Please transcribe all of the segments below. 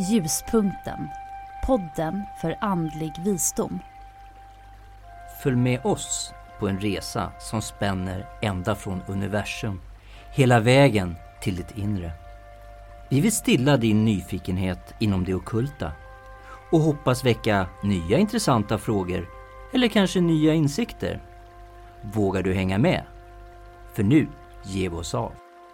Ljuspunkten, podden för andlig visdom. Följ med oss på en resa som spänner ända från universum, hela vägen till ditt inre. Vi vill stilla din nyfikenhet inom det ockulta och hoppas väcka nya intressanta frågor eller kanske nya insikter. Vågar du hänga med? För nu ger vi oss av.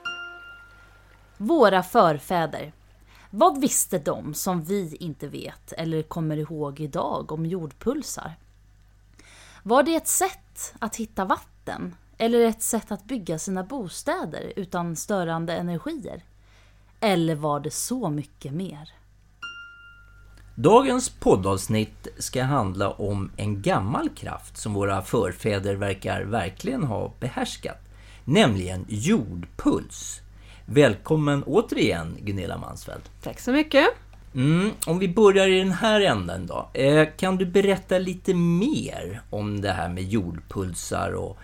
Våra förfäder. Vad visste de som vi inte vet eller kommer ihåg idag om jordpulsar? Var det ett sätt att hitta vatten eller ett sätt att bygga sina bostäder utan störande energier? Eller var det så mycket mer? Dagens poddavsnitt ska handla om en gammal kraft som våra förfäder verkligen ha behärskat, nämligen jordpuls. Välkommen återigen Gunilla Mansfeld. Tack så mycket. Om vi börjar i den här änden då. Kan du berätta lite mer om det här med jordpulsar och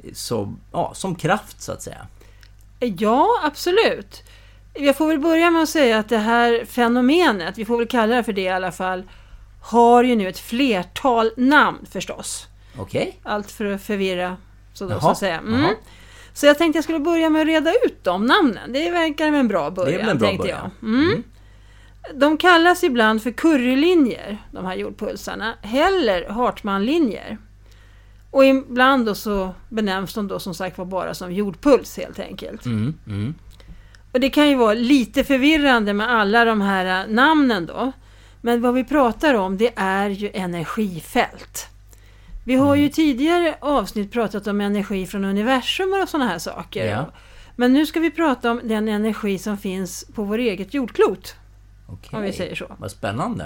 som kraft så att säga? Ja, absolut. Jag får väl börja med att säga att det här fenomenet, vi får väl kalla det för det i alla fall, har ju nu ett flertal namn förstås. Okej. Allt för att förvirra så att säga. Jaha. Så jag tänkte jag skulle börja med att reda ut de namnen. Det verkar en bra början, Det är väl en bra tänkte början. jag. De kallas ibland för currylinjer, de här jordpulsarna, eller Hartmanlinjer. Och ibland då så benämns de då som sagt var bara som jordpuls helt enkelt. Och det kan ju vara lite förvirrande med alla de här namnen då. Men vad vi pratar om, det är ju energifält. Vi har ju tidigare avsnitt pratat om energi från universum och sådana här saker. Ja. Men nu ska vi prata om den energi som finns på vår eget jordklot. Okej. Om vi säger så. Vad spännande.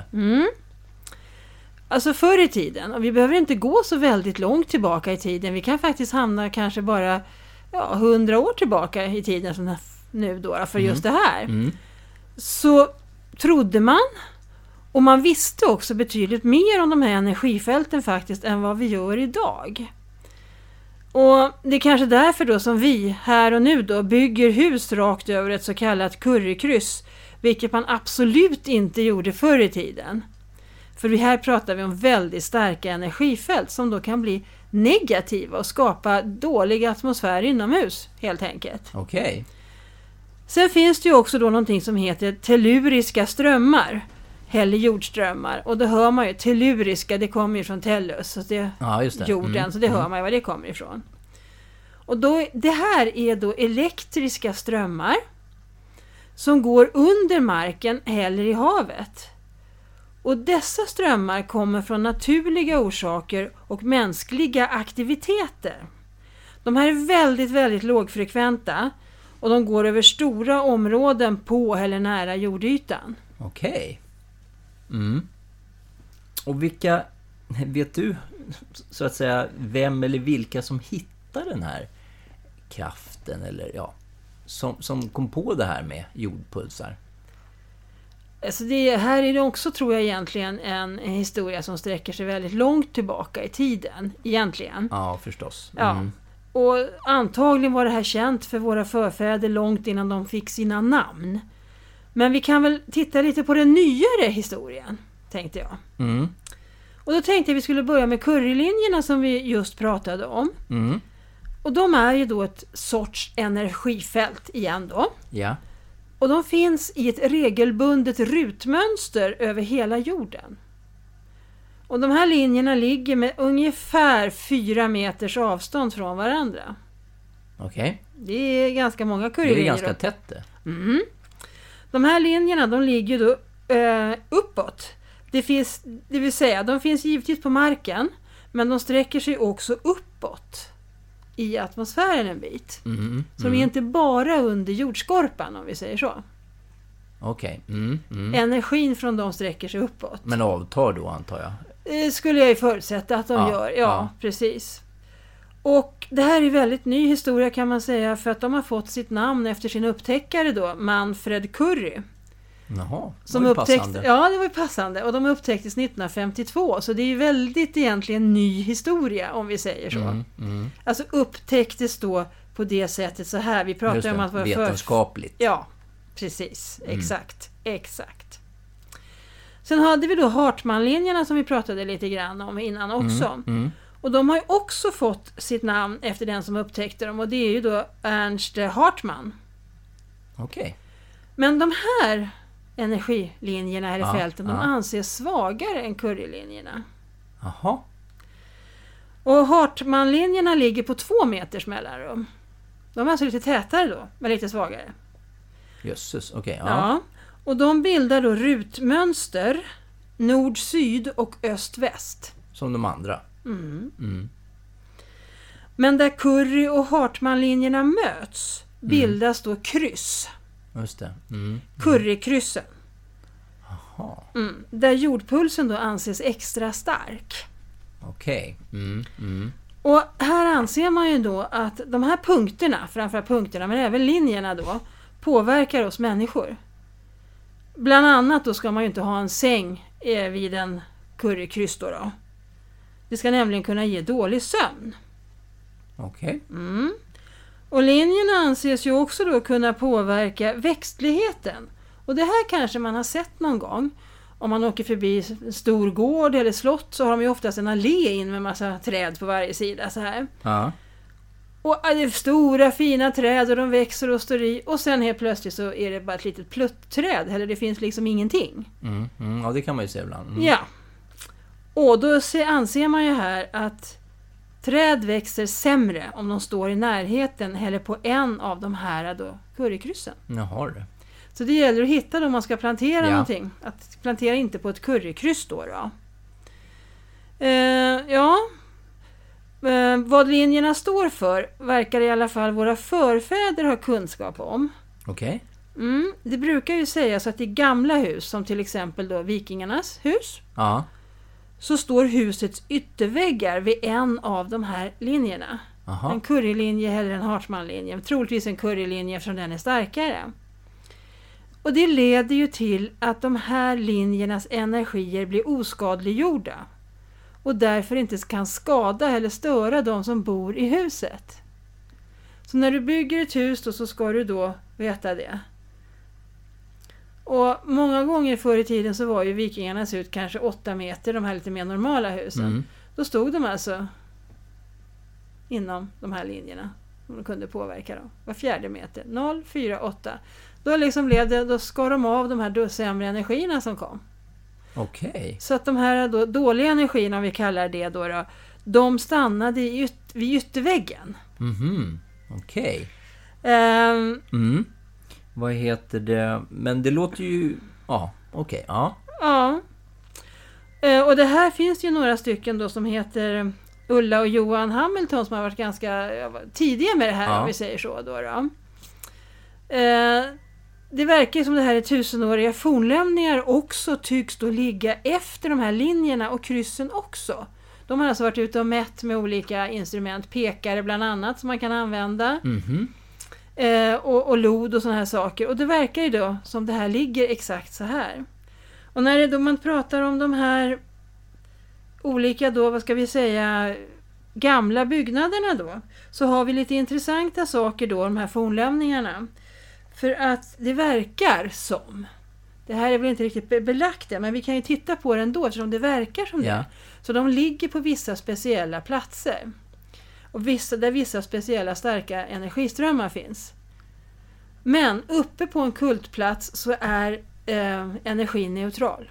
Alltså förr i tiden, och vi behöver inte gå så väldigt långt tillbaka i tiden. Vi kan faktiskt hamna kanske bara 100 år tillbaka i tiden som nu då för just det här. Så trodde man, och man visste också betydligt mer om de här energifälten faktiskt än vad vi gör idag. Och det är kanske därför då som vi här och nu då bygger hus rakt över ett så kallat currykryss, vilket man absolut inte gjorde förr i tiden. För här pratar vi om väldigt starka energifält som då kan bli negativa och skapa dålig atmosfär inomhus helt enkelt. Okej. Sen finns det ju också då någonting som heter telluriska strömmar. Eller jordströmmar. Och då hör man ju telluriska, det kommer ju från tellus. Så det är just det. jorden, så det hör man ju var det kommer ifrån. Och då, det här är då elektriska strömmar som går under marken eller i havet. Och dessa strömmar kommer från naturliga orsaker och mänskliga aktiviteter. De här är väldigt, väldigt lågfrekventa och de går över stora områden på eller nära jordytan. Okej. Och vilka, vet du så att säga, vem eller vilka som hittar den här kraften eller som kom på det här med jordpulsar? Alltså det här är det också, tror jag, egentligen en historia som sträcker sig väldigt långt tillbaka i tiden egentligen. Ja, förstås. Ja. Och antagligen var det här känt för våra förfäder långt innan de fick sina namn. Men vi kan väl titta lite på den nyare historien, tänkte jag. Och då tänkte jag vi skulle börja med currylinjerna som vi just pratade om. Och de är ju då ett sorts energifält igen då. Ja. Och de finns i ett regelbundet rutmönster över hela jorden. Och de här linjerna ligger med ungefär 4 meters avstånd från varandra. Okej. Det är ganska många currylinjer. Det är ganska tätt det. De här linjerna, de ligger då uppåt. Det vill säga, de finns givetvis på marken, men de sträcker sig också uppåt i atmosfären en bit. Så de är inte bara under jordskorpan, om vi säger så. Okej. Energin från dem sträcker sig uppåt. Men avtar då, antar jag? Skulle jag ju förutsätta att de gör. Ja, precis. Och det här är väldigt ny historia kan man säga, för att de har fått sitt namn efter sin upptäckare då, Manfred Curry. Jaha, som det var ju passande. Ja, det var ju passande. Och de upptäcktes 1952, så det är ju väldigt egentligen ny historia, om vi säger så. Alltså upptäcktes då på det sättet så här. Vi pratar om att vara vetenskapligt. Ja, precis. Exakt. Sen hade vi då Hartmanlinjerna som vi pratade lite grann om innan också. Och de har ju också fått sitt namn efter den som upptäckte dem, och det är ju då Ernst Hartmann. Okej. Men de här energilinjerna här i fälten, de anses svagare än Currylinjerna. Jaha. Och Hartmanlinjerna ligger på 2 meters mellanrum. De är alltså lite tätare då, men lite svagare. Jösses, okej. Ja. Och de bildar då rutmönster nord-syd och öst-väst. Som de andra. Men där Curry- och Hartmanlinjerna möts bildas då kryss. Just det. Currykryssen. Jaha. Där jordpulsen då anses extra stark. Okej. Och här anser man ju då att de här punkterna, framförallt punkterna men även linjerna då, påverkar oss människor. Bland annat då ska man ju inte ha en säng vid en currykryss då. Det ska nämligen kunna ge dålig sömn. Okej. Och linjerna anses ju också då kunna påverka växtligheten. Och det här kanske man har sett någon gång. Om man åker förbi en stor gård eller slott så har de ju oftast en allé in med massa träd på varje sida så här. Ja. Och det är stora fina träd och de växer och står i. Och sen helt plötsligt så är det bara ett litet pluttträd. Eller det finns liksom ingenting. Ja, det kan man ju se ibland. Ja. Och då anser man ju här att träd växer sämre om de står i närheten eller på en av de här då currykryssen. Jaha det. Så det gäller att hitta då om man ska plantera någonting. Att plantera inte på ett currykryss då. Vad linjerna står för verkar i alla fall våra förfäder ha kunskap om. Okej. Det brukar ju sägas att i gamla hus, som till exempel då vikingarnas hus, så står husets ytterväggar vid en av de här linjerna. Aha. En currylinje eller en Hartmanlinje. Troligtvis en currylinje eftersom den är starkare. Och det leder ju till att de här linjernas energier blir oskadliggjorda. Och därför inte kan skada eller störa de som bor i huset. Så när du bygger ett hus då, så ska du då veta det. Och många gånger förr i tiden så var ju vikingarnas ut kanske 8 meter, de här lite mer normala husen. Då stod de alltså inom de här linjerna som de kunde påverka dem. Var 4:e meter, 0, 4, 8. Då skar de av de här sämre energierna som kom. Okej. Så att de här då, dåliga energierna, om vi kallar det då, de stannade vid ytterväggen. Okej. Vad heter det? Men det låter ju... Ja, okej. Ja. Och det här finns ju några stycken då som heter Ulla och Johan Hamilton som har varit ganska tidiga med det här, om vi säger så då. Det verkar som det här är 1000-åriga fornlämningar också tycks då ligga efter de här linjerna och kryssen också. De har alltså varit ute och mätt med olika instrument, pekare bland annat som man kan använda. Och lod och såna här saker. Och det verkar ju då som det här ligger exakt så här. Och när det då man pratar om de här olika då, vad ska vi säga, gamla byggnaderna då, så har vi lite intressanta saker då, de här fornlämningarna. För att det verkar som, det här är väl inte riktigt belagt men vi kan ju titta på det ändå eftersom det verkar som det. Så de ligger på vissa speciella platser. Och där vissa speciella starka energiströmmar finns. Men uppe på en kultplats så är energin neutral.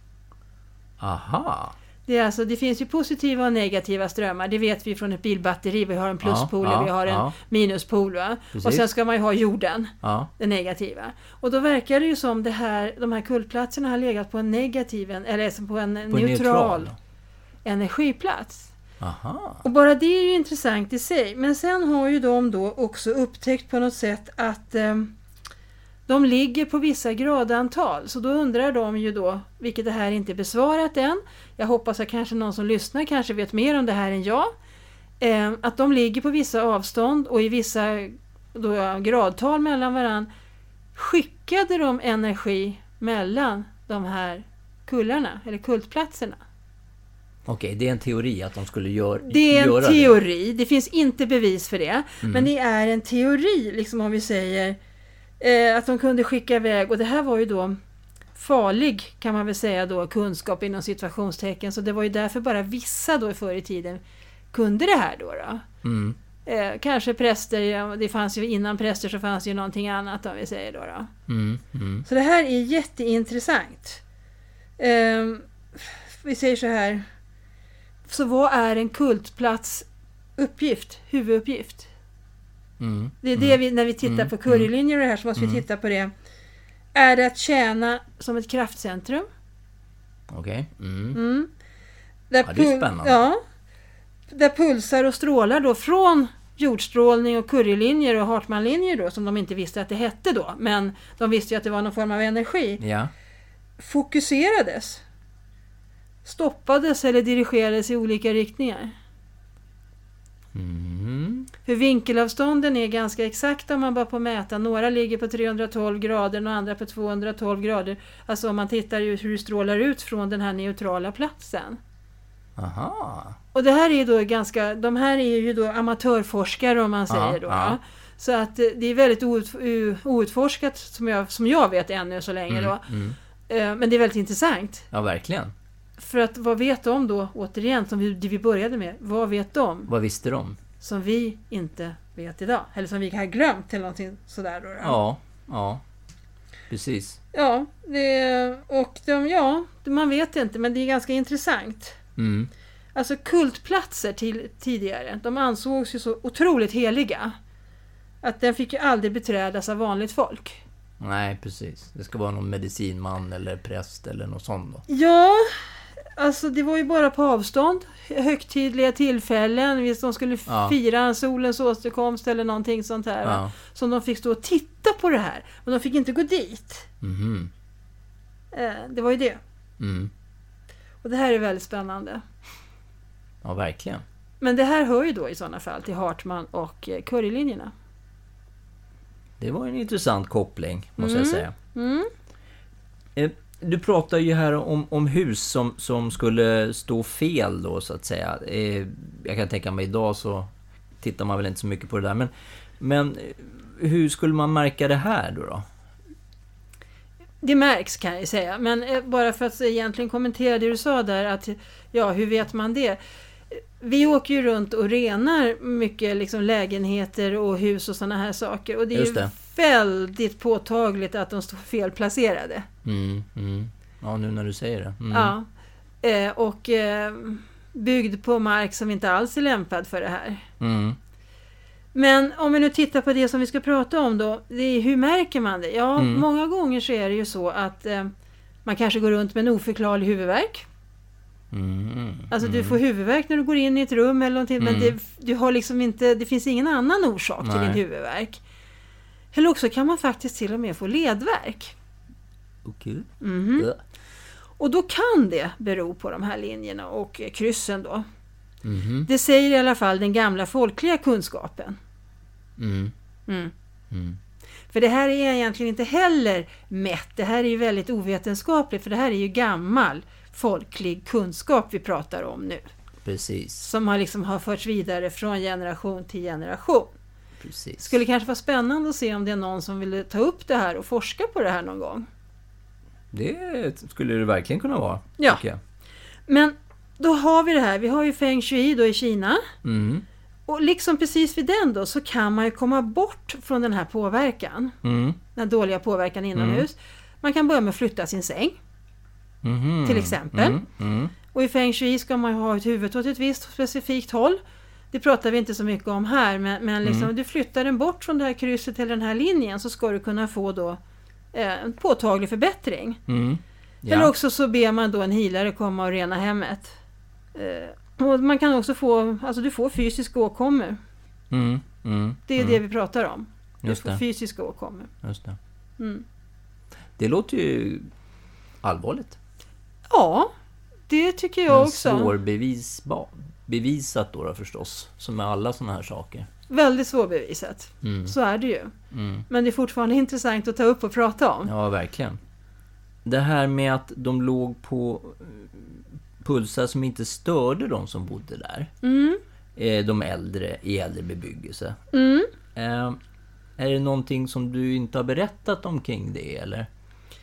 Aha. Det finns ju positiva och negativa strömmar. Det vet vi från ett bilbatteri. Vi har en pluspol och vi har en minuspol. Va? Och sen ska man ju ha jorden. Den negativa. Och då verkar det ju som de här kultplatserna har legat på en negativ eller på en neutral energiplats. Aha. Och bara det är ju intressant i sig. Men sen har ju de då också upptäckt på något sätt att de ligger på vissa gradantal. Så då undrar de ju då, vilket det här inte är besvarat än. Jag hoppas att kanske någon som lyssnar kanske vet mer om det här än jag. Att de ligger på vissa avstånd och i vissa då, gradtal mellan varann. Skickade de energi mellan de här kullarna eller kultplatserna. Okej, det är en teori att de skulle göra det. Det är en teori. Det finns inte bevis för det. Men det är en teori, liksom om vi säger att de kunde skicka iväg. Och det här var ju då farlig kan man väl säga då, kunskap inom situationstecken. Så det var ju därför bara vissa då förr i tiden kunde det här då. Mm. Kanske präster, det fanns ju innan präster så fanns ju någonting annat om vi säger då. Mm. Mm. Så det här är jätteintressant. Vi säger så här. Så vad är en kultplats uppgift, huvuduppgift? Mm. Det är det vi, när vi tittar på currylinjer och det här så måste vi titta på det. Är det att tjäna som ett kraftcentrum? Okej. Mm. Mm. Där Ja, det är spännande. Ja. Där pulsar och strålar då från jordstrålning och currylinjer och Hartmanlinjer då, som de inte visste att det hette då. Men de visste ju att det var någon form av energi. Ja. Fokuserades. Stoppades eller dirigerades i olika riktningar. Mm. För vinkelavstånden är ganska exakta om man bara på mäta. Några ligger på 312 grader och andra på 212 grader. Alltså om man tittar hur det strålar ut från den här neutrala platsen. Aha. Och det här är då ganska, de här är ju då amatörforskare om man säger då. Ja. Så att det är väldigt outforskat som jag vet ännu så länge då. Mm. Men det är väldigt intressant. Ja, verkligen. För att vad vet de då, återigen, som det vi började med. Vad vet de Vad visste de? som vi inte vet idag? Eller som vi har glömt eller någonting sådär då. Ja. Precis. Ja, man vet inte, men det är ganska intressant. Mm. Alltså kultplatser tidigare, de ansågs ju så otroligt heliga. Att den fick ju aldrig beträdas av vanligt folk. Nej, precis. Det ska vara någon medicinman eller präst eller något sånt då. Ja, alltså det var ju bara på avstånd. Högtidliga tillfällen, visst de skulle fira solens återkomst eller någonting sånt här. Ja. Som de fick stå och titta på det här. Men de fick inte gå dit. Mhm. Det var ju det. Mm. Och det här är väldigt spännande. Ja, verkligen. Men det här hör ju då i sådana fall till Hartman och currylinjerna. Det var en intressant koppling, måste jag säga. Mm. Du pratar ju här om hus som skulle stå fel då, så att säga. Jag kan tänka mig idag så tittar man väl inte så mycket på det där. Men hur skulle man märka det här då? Det märks kan jag säga. Men bara för att egentligen kommentera det du sa där. Att, ja, hur vet man det? Vi åker ju runt och renar mycket liksom lägenheter och hus och sådana här saker. Och det är ju väldigt påtagligt att de står felplacerade. Ja, nu när du säger det. Ja. Och byggd på mark som inte alls är lämpad för det här. Men om vi nu tittar på det som vi ska prata om då. Det är, hur märker man det? Ja, många gånger så är det ju så att man kanske går runt med en oförklarlig huvudvärk. Alltså du får huvudvärk när du går in i ett rum eller någonting, men du har liksom inte, det finns ingen annan orsak till din huvudvärk. Eller också kan man faktiskt till och med få ledvärk. Okej. Och då kan det bero på de här linjerna och kryssen då. Det säger i alla fall den gamla folkliga kunskapen. För det här är egentligen inte heller mätt. Det här är ju väldigt ovetenskapligt, för det här är ju gammal folklig kunskap vi pratar om nu. Precis. Som har förts vidare från generation till generation. Precis. Skulle kanske vara spännande att se om det är någon som vill ta upp det här och forska på det här någon gång. Det skulle det verkligen kunna vara. Ja. Men då har vi det här. Vi har ju Feng Shui då i Kina. Och liksom precis vid den då så kan man ju komma bort från den här påverkan. Den dåliga påverkan inomhus. Man kan börja med att flytta sin säng. Till exempel. Och i Feng Shui ska man ju ha ett huvud åt ett visst specifikt håll. Det pratar vi inte så mycket om här. Men liksom, du flyttar den bort från det här krysset eller den här linjen, så ska du kunna få då en påtaglig förbättring. Ja. Eller också så ber man då en healare komma och rena hemmet. Och man kan också få, alltså du får fysiska åkommor. Det är det vi pratar om. Du får fysiska åkommor. Just det. Det låter ju allvarligt. Ja, det tycker jag också. Svårbevisat då förstås. Som med alla sådana här saker. Väldigt svårbevisat. Så är det ju. Men det är fortfarande intressant att ta upp och prata om. Ja, verkligen. Det här med att de låg på pulsar som inte störde de som bodde där. De äldre i äldre bebyggelse. Är det någonting som du inte har berättat omkring det, eller?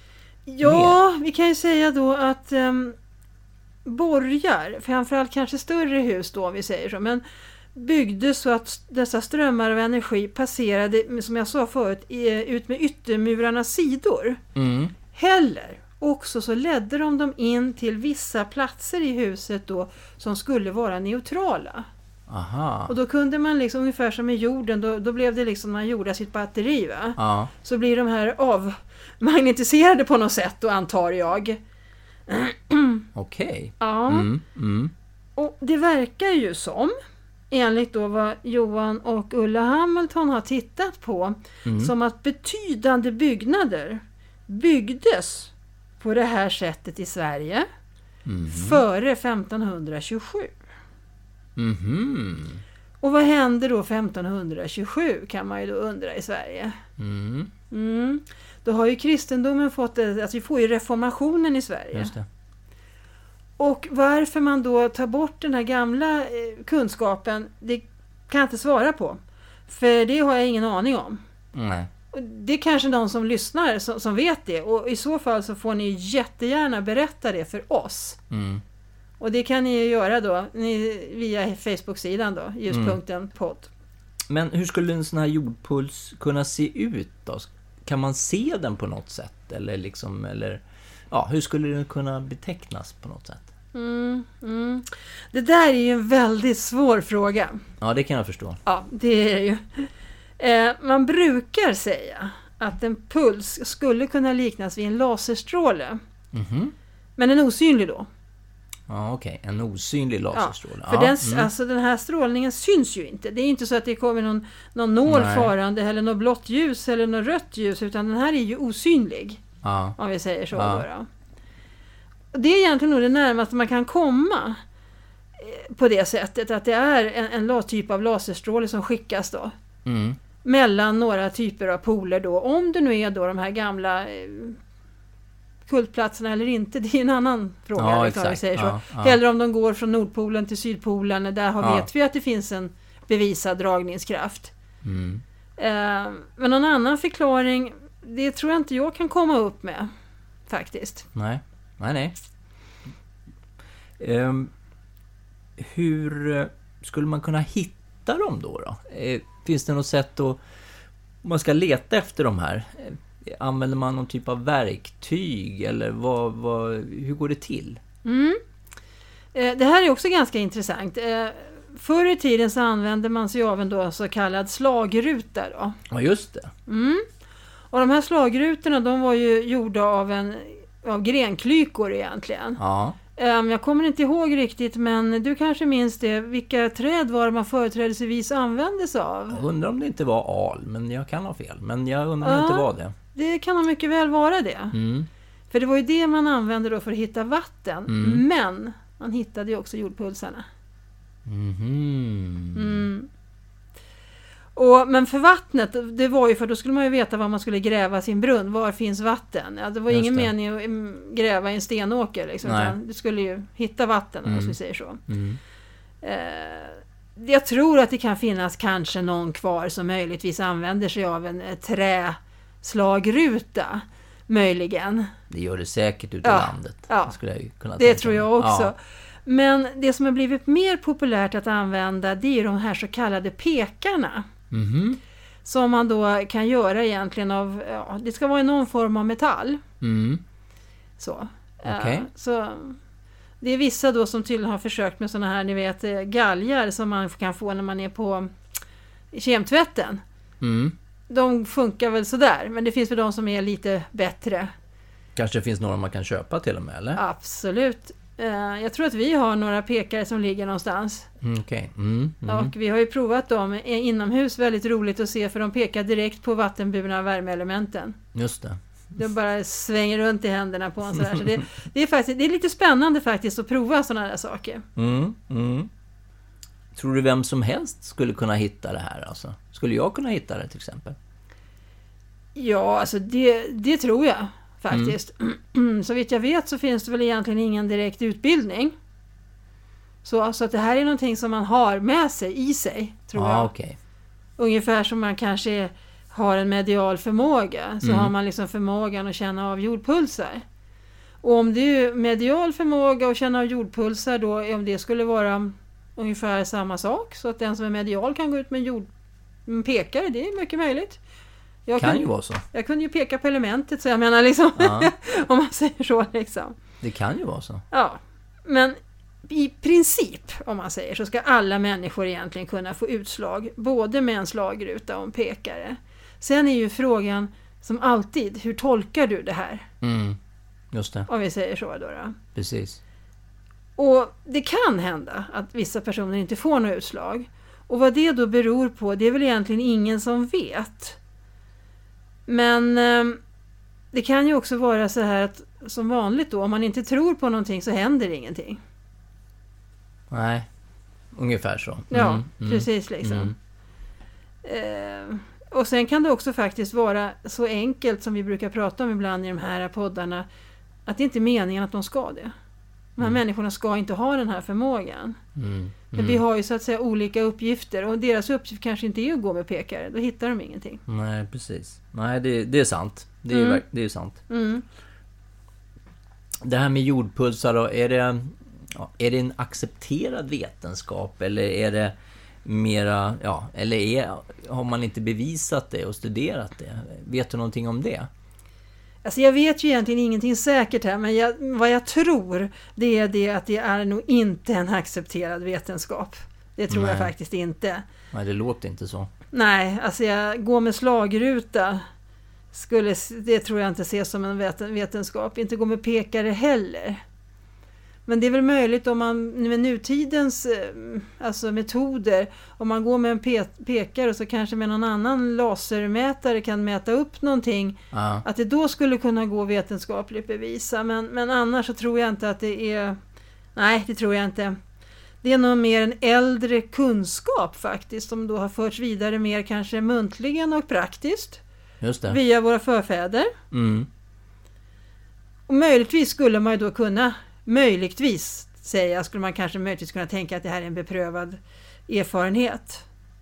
Ja, vi kan ju säga då att borgar, framförallt kanske större hus då om vi säger så, men byggdes så att dessa strömmar av energi passerade, som jag sa förut, ut med yttermurarnas sidor. Heller också så ledde de dem in till vissa platser i huset då som skulle vara neutrala. Aha. Och då kunde man liksom, ungefär som i jorden, då blev det liksom, man gjorde sitt batteri, va? Ja. Så blir de här avmagnetiserade på något sätt då, antar jag. Okej. Ja. Och det verkar ju som, enligt då vad Johan och Ulla Hamilton har tittat på, som att betydande byggnader byggdes på det här sättet i Sverige före 1527. Och vad hände då 1527 kan man ju då undra i Sverige. Då har ju kristendomen fått, alltså vi får ju reformationen i Sverige. Just det. Och varför man då tar bort den här gamla kunskapen, det kan jag inte svara på. För det har jag ingen aning om. Nej. Det är kanske någon som lyssnar som vet det. Och i så fall så får ni jättegärna berätta det för oss. Och det kan ni ju göra då via Facebook-sidan då, Ljuspunkten podd. Men hur skulle en sån här jordpuls kunna se ut då? Kan man se den på något sätt? Eller liksom, eller ja, hur skulle den kunna betecknas på något sätt? Det där är ju en väldigt svår fråga. Ja, det kan jag förstå. Ja, det är det ju. Man brukar säga att en puls skulle kunna liknas vid en laserstråle. Men en osynlig då. Ja, okej. En osynlig laserstråle. Ja, för alltså den här strålningen syns ju inte. Det är inte så att det kommer någon nål farande eller något blått ljus eller något rött ljus, utan den här är ju osynlig. Ja. Om vi säger så då. Det är egentligen nog det närmaste man kan komma på det sättet, att det är en typ av laserstråle som skickas då. Mellan några typer av poler då. Om det nu är då de här gamla kultplatserna eller inte, det är en annan fråga. Ja, exakt. Vi säger så. Ja. Eller om de går från Nordpolen till Sydpolen, där vet vi att det finns en bevisad dragningskraft. Men någon annan förklaring, det tror jag inte jag kan komma upp med faktiskt. Nej. Hur skulle man kunna hitta dem då? Finns det något sätt att, om man ska leta efter de här, använder man någon typ av verktyg eller hur går det till? Det här är också ganska intressant. Förr i tiden så använde man sig av en då så kallad slagruta då. Ja, just det. Och de här slagrutorna, de var ju gjorda av grenklykor egentligen. Ja. Jag kommer inte ihåg riktigt, men du kanske minns det. Vilka träd var man företrädelsevis använde sig av? Jag undrar om det inte var al, men jag kan ha fel. Men jag undrar om det inte var det. Det kan nog mycket väl vara det. För det var ju det man använde då för att hitta vatten. Men man hittade ju också jordpulsarna. Men för vattnet, det var ju för då skulle man ju veta var man skulle gräva sin brunn. Var finns vatten? Ja, det var ingen mening att gräva i en stenåker liksom, utan du skulle ju hitta vatten om vi säger så. Jag tror att det kan finnas kanske någon kvar som möjligtvis använder sig av en träslagruta möjligen. Det gör det säkert ute i landet. Ja, skulle jag kunna det tror jag också. Ja. Men det som har blivit mer populärt att använda, det är de här så kallade pekarna. Som man då kan göra egentligen av, det ska vara i någon form av metall. Så. Så det är vissa då som tydligen har försökt med såna här, ni vet, galgar som man kan få när man är på kemtvätten. De funkar väl sådär, men det finns väl de som är lite bättre. Kanske det finns några man kan köpa till och med, eller? Absolut. Jag tror att vi har några pekare som ligger någonstans. Och vi har ju provat dem inomhus, väldigt roligt att se, för de pekar direkt på vattenburna värmeelementen. Just det. De bara svänger runt i händerna på en sådär. Så det är lite spännande faktiskt att prova sådana där saker. Tror du vem som helst skulle kunna hitta det här? Alltså? Skulle jag kunna hitta det till exempel? Ja, alltså det tror jag faktiskt. Så vitt jag vet så finns det väl egentligen ingen direkt utbildning. Så att det här är någonting som man har med sig, i sig, tror jag. Okay. Ungefär som man kanske har en medial förmåga så har man liksom förmågan att känna av jordpulsar. Och om det är medial förmåga att känna av jordpulsar då, om det skulle vara ungefär samma sak, så att den som är medial kan gå ut med en pekare, det är mycket möjligt. Kan ju vara så. Jag kunde ju peka på elementet, så jag menar liksom, om man säger så liksom. Det kan ju vara så. Ja, men i princip, om man säger, så ska alla människor egentligen kunna få utslag, både med en slagruta och en pekare. Sen är ju frågan, som alltid, hur tolkar du det här? Just det. Om vi säger så då. Precis. Och det kan hända att vissa personer inte får något utslag. Och vad det då beror på, det är väl egentligen ingen som vet. Men det kan ju också vara så här att, som vanligt då, om man inte tror på någonting så händer ingenting. Nej, ungefär så. Ja, precis liksom. Och sen kan det också faktiskt vara så enkelt som vi brukar prata om ibland i de här poddarna, att det inte är meningen att de ska det. De här människorna ska inte ha den här förmågan. Men vi har ju så att säga olika uppgifter, och deras uppgift kanske inte är att gå med pekare. Då hittar de ingenting. Nej, precis. Nej, det är sant. Det är ju sant. Det här med jordpulsar då, är det en accepterad vetenskap, eller är det mera, eller har man inte bevisat det och studerat det? Vet du någonting om det? Alltså jag vet ju egentligen ingenting säkert här, men vad jag tror, det är det att det är nog inte en accepterad vetenskap. Det tror jag faktiskt inte. Nej, det låter inte så. Nej, alltså jag går med slagruta, det tror jag inte ses som en vetenskap. Inte gå med pekare heller. Men det är väl möjligt om man med nutidens metoder, om man går med en pekare och så kanske med någon annan lasermätare kan mäta upp någonting, att det då skulle kunna gå vetenskapligt bevisa. Men annars så tror jag inte att det är... Nej, det tror jag inte. Det är nog mer en äldre kunskap faktiskt, som då har förts vidare mer kanske muntligen och praktiskt. Just det. Via våra förfäder. Och möjligtvis skulle man ju då kunna... skulle man kanske möjligtvis kunna tänka att det här är en beprövad erfarenhet.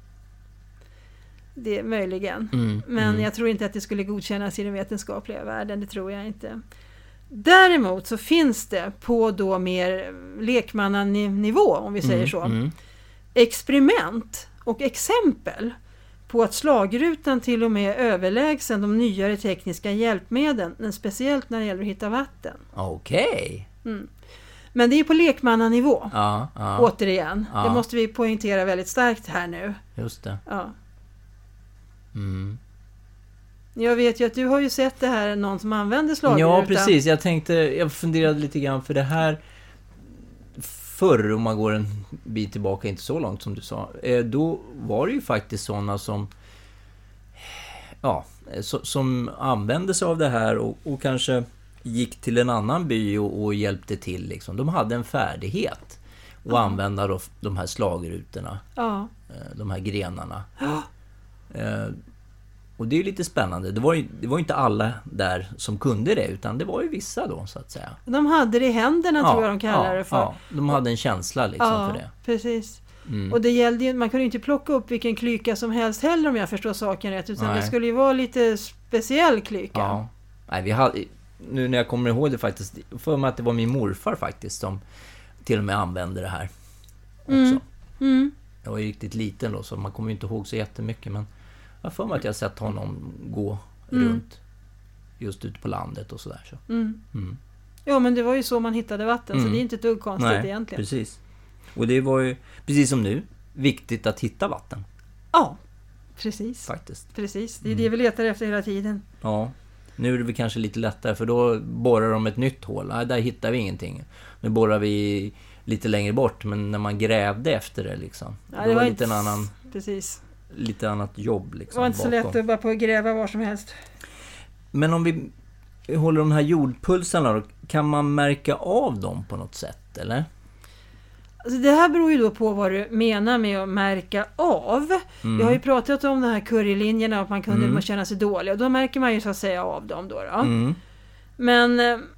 Det är möjligen. Men jag tror inte att det skulle godkännas i den vetenskapliga världen. Det tror jag inte. Däremot så finns det på då mer lekmannanivå, om vi säger så, experiment och exempel på att slagrutan till och med är överlägsen de nyare tekniska hjälpmedlen, men speciellt när det gäller att hitta vatten. Okej. Men det är på lekmannanivå. Återigen. Ja. Det måste vi poängtera väldigt starkt här nu. Just det. Ja. Jag vet ju att du har ju sett det här, någon som använder slagruta. Ja, precis. Jag funderade lite grann, för det här förr, om man går en bit tillbaka, inte så långt som du sa, då var det ju faktiskt sådana som som använde sig av det här och kanske gick till en annan by och hjälpte till liksom. De hade en färdighet att använda då de här slagrutorna, de här grenarna. Och det är ju lite spännande. Det var ju inte alla där som kunde det, utan det var ju vissa då, så att säga. De hade det i händerna, tror jag de kallar det för. Ja, de hade en känsla liksom för det. Precis. Och det gällde ju, man kunde inte plocka upp vilken klyka som helst heller, om jag förstår saken rätt, utan det skulle ju vara lite speciell klyka. Ja. Nej, vi hade, nu när jag kommer ihåg det faktiskt, för mig att det var min morfar faktiskt som till och med använde det här också. Jag var ju riktigt liten då, så man kommer ju inte ihåg så jättemycket, men jag får mig att jag sett honom gå runt just ute på landet och sådär. Så. Ja, men det var ju så man hittade vatten, så det är inte ett dugg konstigt egentligen. Precis. Och det var ju, precis som nu, viktigt att hitta vatten. Ja, precis. Faktiskt. Precis, det är det vi letar efter hela tiden. Ja, nu är det väl kanske lite lättare, för då borrar de ett nytt hål. Nej, där hittar vi ingenting. Nu borrar vi lite längre bort, men när man grävde efter det liksom. Ja, det var lite en annan... Precis. Lite annat jobb liksom. Det var inte så lätt att bara på att gräva var som helst. Men om vi håller de här jordpulsarna då, kan man märka av dem på något sätt, eller? Alltså det här beror ju då på vad du menar med att märka av. Jag har ju pratat om de här currylinjerna, att man kunde känna sig dålig, och då märker man ju så att säga av dem då. Men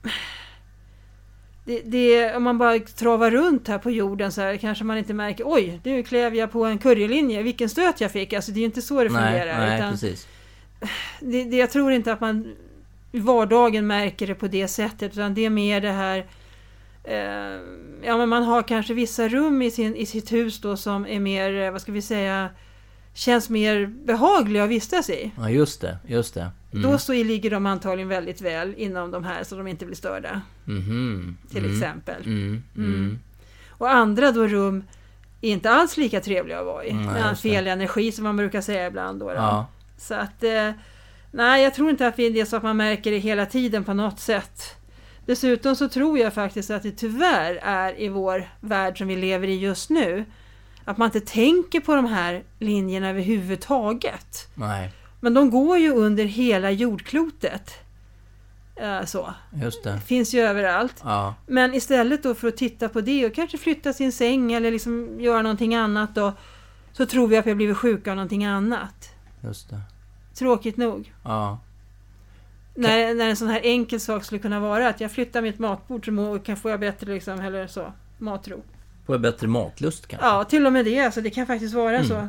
om man bara travar runt här på jorden så här, kanske man inte märker, oj, nu klev jag på en currylinje, vilken stöt jag fick. Alltså det är ju inte så det fungerar. Nej, utan precis. jag tror inte att man i vardagen märker det på det sättet, utan det är mer det här men man har kanske vissa rum i sitt hus då som är mer, vad ska vi säga, känns mer behagliga att vistas i. Ja, just det. Då så ligger de antagligen väldigt väl inom de här så de inte blir störda. Till exempel. Och andra då rum är inte alls lika trevliga att vara i. Med fel energi som man brukar säga ibland då. Ja. Så att nej, jag tror inte att det är så att man märker det hela tiden på något sätt. Dessutom så tror jag faktiskt att det tyvärr är i vår värld som vi lever i just nu att man inte tänker på de här linjerna överhuvudtaget. Nej. Men de går ju under hela jordklotet. Så. Just det. Finns ju överallt. Ja. Men istället då för att titta på det och kanske flytta sin säng eller liksom göra någonting annat då, så tror vi att vi har blivit sjuka av någonting annat. Just det. Tråkigt nog. Ja. När en sån här enkel sak skulle kunna vara att jag flyttar mitt matbord så kan få jag bättre liksom, eller så, matro. Får jag bättre matlust kanske? Ja, till och med det. Alltså, det kan faktiskt vara så.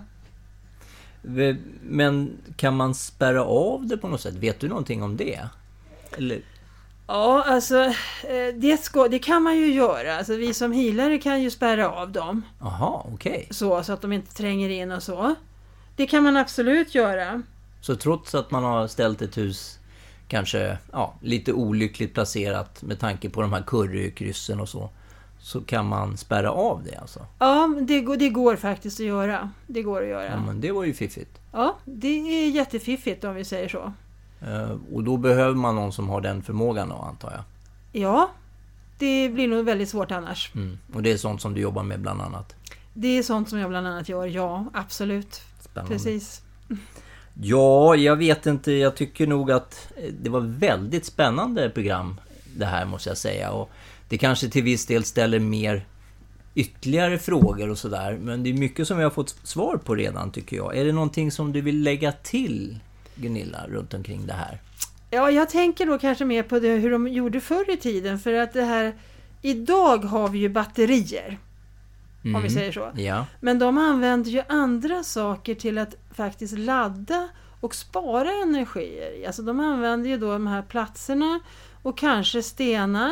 Men kan man spärra av det på något sätt? Vet du någonting om det? Eller? Ja, alltså det kan man ju göra. Alltså, vi som healare kan ju spärra av dem. Aha, okej. Så att de inte tränger in och så. Det kan man absolut göra. Så trots att man har ställt ett hus kanske lite olyckligt placerat med tanke på de här currykryssen och så kan man spärra av det alltså? Ja, det går faktiskt att göra. Det går att göra. Ja, men det var ju fiffigt. Ja, det är jättefiffigt om vi säger så. Och då behöver man någon som har den förmågan då, antar jag? Ja, det blir nog väldigt svårt annars. Och det är sånt som du jobbar med bland annat? Det är sånt som jag bland annat gör, ja, absolut. Spännande. Precis. Ja, jag vet inte. Jag tycker nog att det var väldigt spännande program det här, måste jag säga. Och det kanske till viss del ställer mer ytterligare frågor och sådär. Men det är mycket som jag har fått svar på redan, tycker jag. Är det någonting som du vill lägga till, Gunilla, runt omkring det här? Ja, jag tänker då kanske mer på hur de gjorde förr i tiden. För att det här, idag har vi ju batterier. Om vi säger så. Ja. Men de använder ju andra saker till att faktiskt ladda och spara energier. Alltså de använder ju då de här platserna och kanske stenar.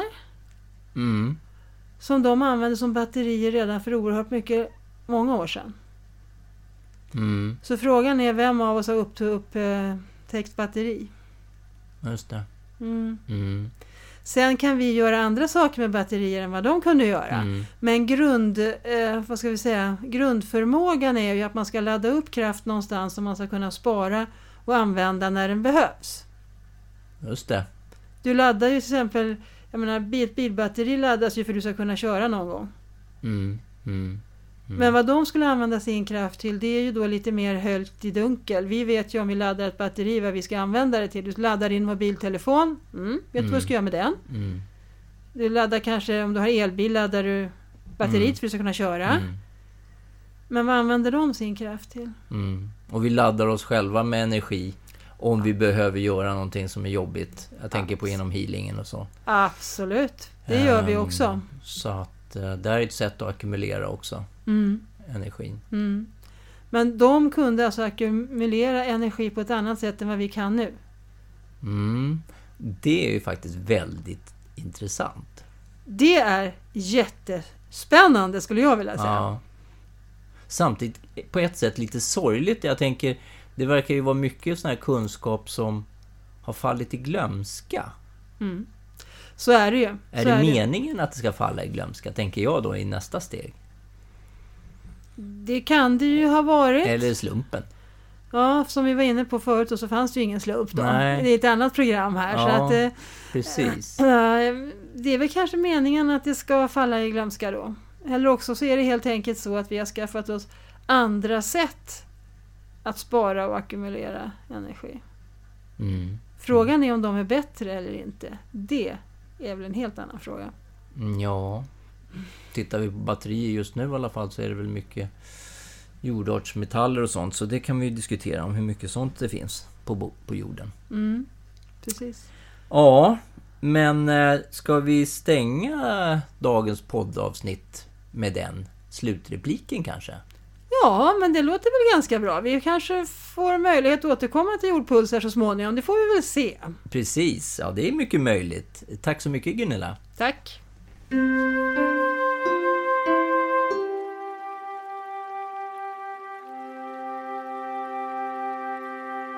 Som de använde som batterier redan för oerhört många år sedan. Så frågan är vem av oss har upptäckt batteri. Just det. Sen kan vi göra andra saker med batterier än vad de kunde göra. Men grundförmågan är ju att man ska ladda upp kraft någonstans som man ska kunna spara och använda när den behövs. Just det. Du laddar ju till exempel, jag menar, bilbatteri laddas ju för att du ska kunna köra någon gång. Men vad de skulle använda sin kraft till, det är ju då lite mer höljt i dunkel. Vi vet ju om vi laddar ett batteri vad vi ska använda det till. Du laddar din mobiltelefon. Vet du vad du ska göra med den? Du laddar kanske, om du har elbil, laddar du batteriet för att du ska kunna köra. Men vad använder de sin kraft till? Och vi laddar oss själva med energi om vi behöver göra någonting som är jobbigt. Jag tänker på genom healingen och så. Absolut, det gör vi också. Så att det är ett sätt att ackumulera också energin. Men de kunde alltså ackumulera energi på ett annat sätt än vad vi kan nu. Det är ju faktiskt väldigt intressant. Det är jättespännande, skulle jag vilja säga. Ja. Samtidigt på ett sätt lite sorgligt. Jag tänker, det verkar ju vara mycket sån här kunskap som har fallit i glömska. Så är det ju. Är det meningen att det ska falla i glömska, tänker jag då, i nästa steg? Det kan det ju ha varit. Eller slumpen. Ja, som vi var inne på förut, och så fanns det ju ingen slump då. Nej. Det är ett annat program här. Ja, så att, precis. Det är väl kanske meningen att det ska falla i glömska då. Eller också så är det helt enkelt så att vi har skaffat oss andra sätt att spara och ackumulera energi. Frågan är om de är bättre eller inte. Det är väl en helt annan fråga. Ja. Tittar vi på batterier just nu i alla fall, så är det väl mycket jordartsmetaller och sånt. Så det kan vi ju diskutera om hur mycket sånt det finns på jorden. Precis. Ja, men ska vi stänga dagens poddavsnitt med den slutrepliken kanske? Ja, men det låter väl ganska bra. Vi kanske får möjlighet att återkomma till jordpulsar så småningom. Det får vi väl se. Precis, ja det är mycket möjligt. Tack så mycket Gunilla. Tack.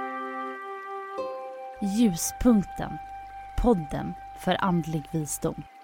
Ljuspunkten. Podden för andlig visdom.